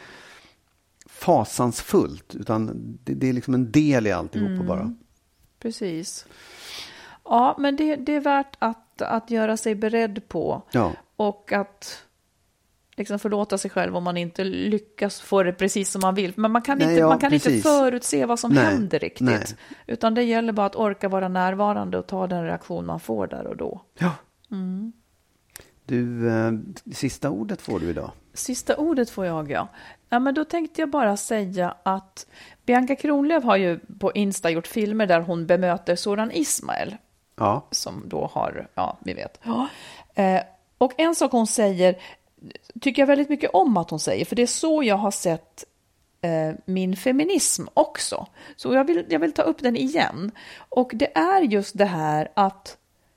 G: fasansfullt, utan det, det är liksom en del i alltihop mm. bara.
F: Precis. Ja, men det, det är värt att, att göra sig beredd på. Ja. Och att liksom förlåta sig själv om man inte lyckas få det precis som man vill. Men man kan, Nej, inte, ja, man kan inte förutse vad som Nej. händer riktigt. Nej. Utan det gäller bara att orka vara närvarande och ta den reaktion man får där och då.
G: Ja.
F: Mm.
G: Du, eh, sista ordet får du idag.
F: Sista ordet får jag, ja. Ja, men då tänkte jag bara säga att Bianca Kronlöf har ju på Insta gjort filmer där hon bemöter Soran Ismail.
G: Ja.
F: Som då har, ja, vi vet. Ja. Eh, och en sak hon säger tycker jag väldigt mycket om att hon säger, för det är så jag har sett eh, min feminism också. Så jag vill, jag vill ta upp den igen. Och det är just det här att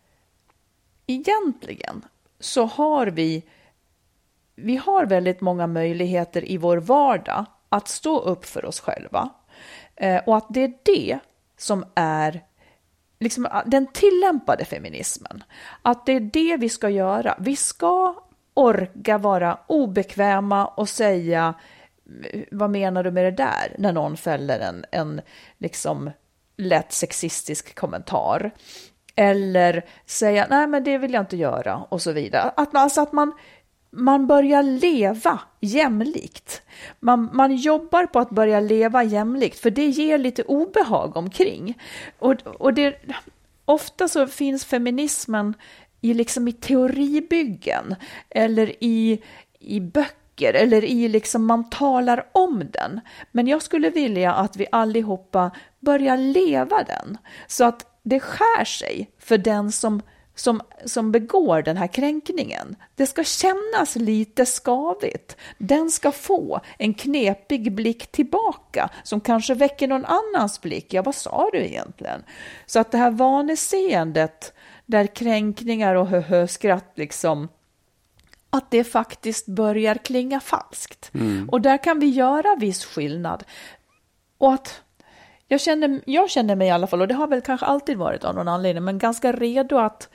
F: egentligen så har vi vi har väldigt många möjligheter i vår vardag att stå upp för oss själva. Eh, och att det är det som är liksom den tillämpade feminismen. Att det är det vi ska göra. Vi ska orka vara obekväma och säga, vad menar du med det där? När någon fäller en, en liksom lätt sexistisk kommentar. Eller säga, nej men det vill jag inte göra och så vidare. Att man, alltså att man, man börjar leva jämlikt. Man, man jobbar på att börja leva jämlikt, för det ger lite obehag omkring. Och, och det, ofta så finns feminismen i, liksom i teoribyggen eller i, i böcker eller i liksom man talar om den. Men jag skulle vilja att vi allihopa börjar leva den, så att det skär sig för den som, som, som begår den här kränkningen. Det ska kännas lite skavigt. Den ska få en knepig blick tillbaka som kanske väcker någon annans blick. Ja, vad sa du egentligen? Så att det här vaneseendet där kränkningar och hö-hö-skratt liksom, att det faktiskt börjar klinga falskt. Mm. Och där kan vi göra viss skillnad. Och att jag känner, jag känner mig i alla fall, och det har väl kanske alltid varit av någon anledning, men ganska redo att,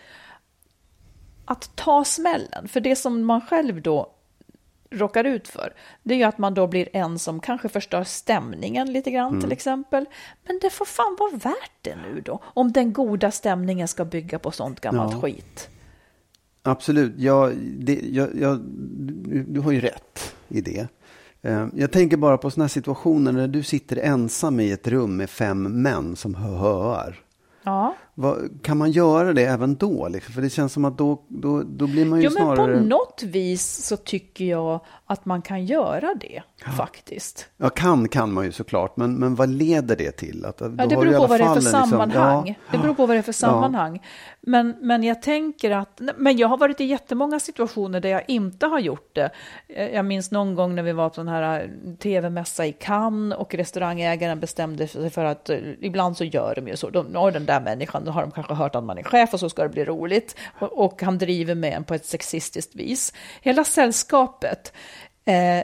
F: att ta smällen. För det som man själv då råkar ut för, det är ju att man då blir en som kanske förstör stämningen lite grann mm. till exempel. Men det får fan vara värt det nu då, om den goda stämningen ska bygga på sånt gammalt ja. skit.
G: Absolut. Jag, det, jag, jag, du, du har ju rätt i det. Jag tänker bara på såna här situationer när du sitter ensam i ett rum med fem män som hör.
F: Ja.
G: Vad, kan man göra det även då? Liksom? För det känns som att då, då, då blir man ju
F: jo,
G: snarare...
F: men på något vis så tycker jag att man kan göra det, ja. faktiskt.
G: Ja, kan kan man ju såklart. Men, men vad leder det till? Att,
F: ja, det beror på vad det är för sammanhang. Liksom, ja. Det beror på vad det är för sammanhang. Ja. Men, men jag tänker att... Men jag har varit i jättemånga situationer där jag inte har gjort det. Jag minns någon gång när vi var på en här tv-mässa i Cannes och restaurangägaren bestämde sig för att ibland så gör de ju så. De har den där människan, då har de kanske hört att man är chef och så ska det bli roligt. Och, och han driver med en på ett sexistiskt vis. Hela sällskapet eh,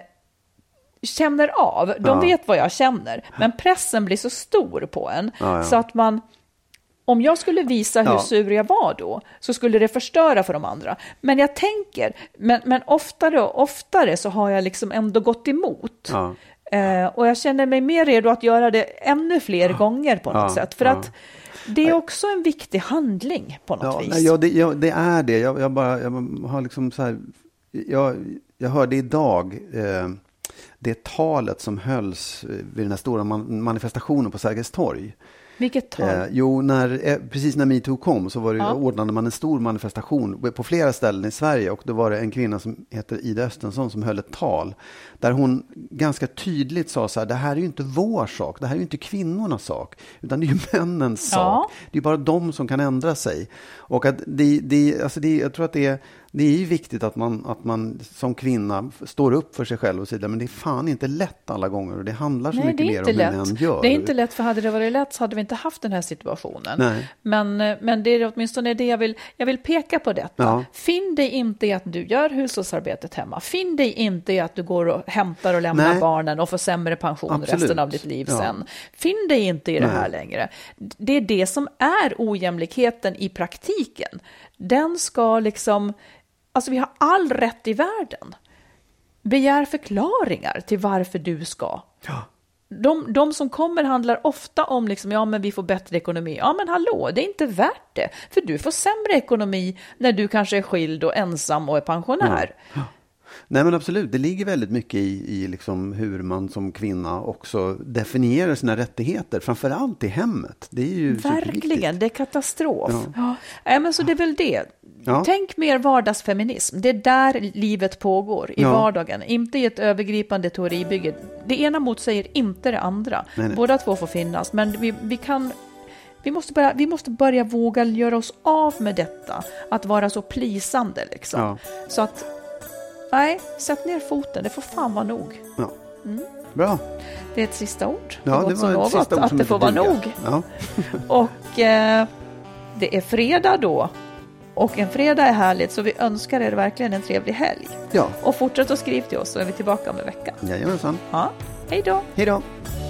F: känner av. De ja. vet vad jag känner. Men pressen blir så stor på en. Ja, ja. Så att man... Om jag skulle visa hur ja. sur jag var då så skulle det förstöra för de andra. Men jag tänker, men, men oftare och oftare så har jag liksom ändå gått emot. Ja. Eh, och jag känner mig mer redo att göra det ännu fler ja. gånger på något ja. sätt. För ja. att det är också en viktig handling på något
G: ja,
F: vis.
G: Nej, ja, det, ja, det är det. Jag, jag, bara, jag har liksom så här... Jag, jag hörde idag... Eh, det talet som hölls vid den här stora man, manifestationen på Sergels torg.
F: Vilket tal?
G: Eh, jo, när, eh, precis när MeToo kom så var det, ja. ordnade man en stor manifestation på flera ställen i Sverige. Och då var det en kvinna som heter Ida Östensson som höll ett tal. Där hon ganska tydligt sa så här, det här är ju inte vår sak. Det här är ju inte kvinnornas sak. Utan det är ju männens ja. sak. Det är bara de som kan ändra sig. Och att det, det, alltså det, jag tror att det är... Det är ju viktigt att man, att man som kvinna står upp för sig själv och säger, men det är fan inte lätt alla gånger och det handlar så Nej, mycket mer om
F: lätt.
G: hur män gör.
F: Det är inte lätt, för hade det varit lätt så hade vi inte haft den här situationen.
G: Nej.
F: Men, men det är åtminstone det jag vill, jag vill peka på detta. Ja. Finn dig inte i att du gör hushållsarbetet hemma. Finn dig inte i att du går och hämtar och lämnar Nej. barnen och får sämre pension Absolut. resten av ditt liv ja. sen. Finn dig inte i det här Nej. längre. Det är det som är ojämlikheten i praktiken. Den ska liksom... Alltså vi har all rätt i världen. Begär förklaringar till varför du ska. Ja. De, de som kommer handlar ofta om liksom, ja men vi får bättre ekonomi. Ja men hallå, det är inte värt det. För du får sämre ekonomi när du kanske är skild och ensam och är pensionär. Ja. Ja.
G: Nej men absolut, det ligger väldigt mycket i, i liksom hur man som kvinna också definierar sina rättigheter, framförallt i hemmet. Det är ju
F: verkligen, det är katastrof. Ja. Ja. Ja, men så det är väl det. Ja. Tänk mer vardagsfeminism. Det är där livet pågår, i ja. vardagen. Inte i ett övergripande teoribygge. Det ena motsäger inte det andra. Nej, nej. Båda två får finnas, men vi, vi kan... Vi måste, börja, vi måste börja våga göra oss av med detta. Att vara så plisande liksom. Ja. Så att nej, sätt ner foten. Det får fan vara nog.
G: Ja. Mm. Bra.
F: Det är ett sista ord.
G: Ja, det var ett sista ord
F: att det får vara nog.
G: Ja.
F: Och eh, det är fredag då. Och en fredag är härligt, så vi önskar er verkligen en trevlig helg.
G: Ja.
F: Och fortsätt att skriva till oss, så är vi tillbaka om en vecka.
G: Jajamensan.
F: Ja, hej då.
G: Hej då.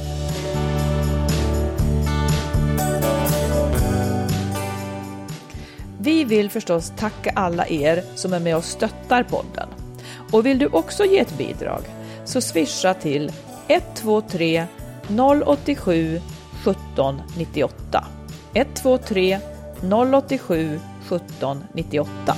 F: Vi vill förstås tacka alla er som är med och stöttar podden. Och vill du också ge ett bidrag så swisha till ett två tre noll åtta sju sjutton nittioåtta. ett två tre noll åtta sju sjutton nittioåtta.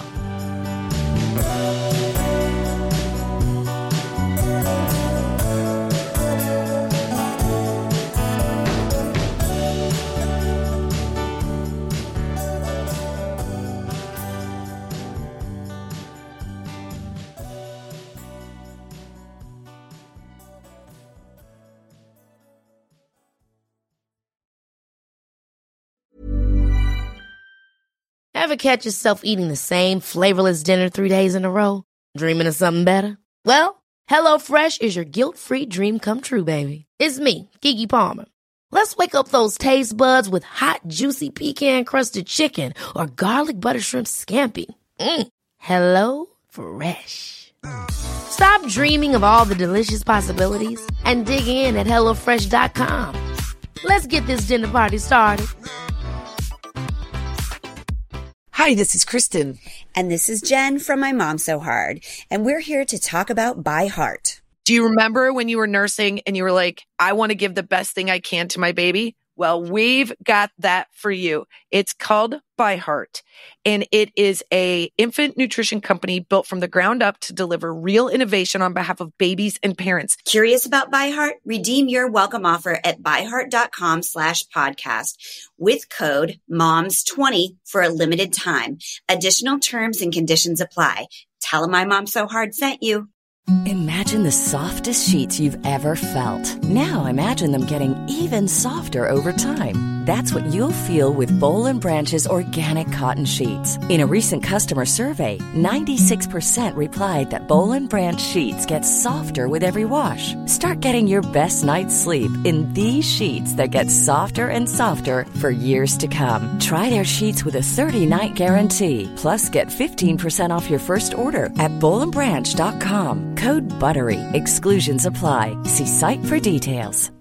A: Ever catch yourself eating the same flavorless dinner three days in a row? Dreaming of something better? Well, HelloFresh is your guilt-free dream come true, baby. It's me, Keke Palmer. Let's wake up those taste buds with hot, juicy pecan-crusted chicken or garlic butter shrimp scampi. Mm. Hello Fresh. Stop dreaming of all the delicious possibilities and dig in at hello fresh dot com. Let's get this dinner party started.
I: Hi, this is Kristen.
J: And this is Jen from My Mom So Hard. And we're here to talk about By Heart.
I: Do you remember when you were nursing and you were like, I want to give the best thing I can to my baby? Well, we've got that for you. It's called ByHeart, and it is a infant nutrition company built from the ground up to deliver real innovation on behalf of babies and parents.
J: Curious about ByHeart? Redeem your welcome offer at byheart.com slash podcast with code moms twenty for a limited time. Additional terms and conditions apply. Tell them my mom so hard sent you.
K: Imagine the softest sheets you've ever felt. Now imagine them getting even softer over time. That's what you'll feel with Boll and Branch's organic cotton sheets. In a recent customer survey, ninety-six percent replied that Boll and Branch sheets get softer with every wash. Start getting your best night's sleep in these sheets that get softer and softer for years to come. Try their sheets with a thirty-night guarantee. Plus, get fifteen percent off your first order at boll and branch dot com. Code BUTTERY. Exclusions apply. See site for details.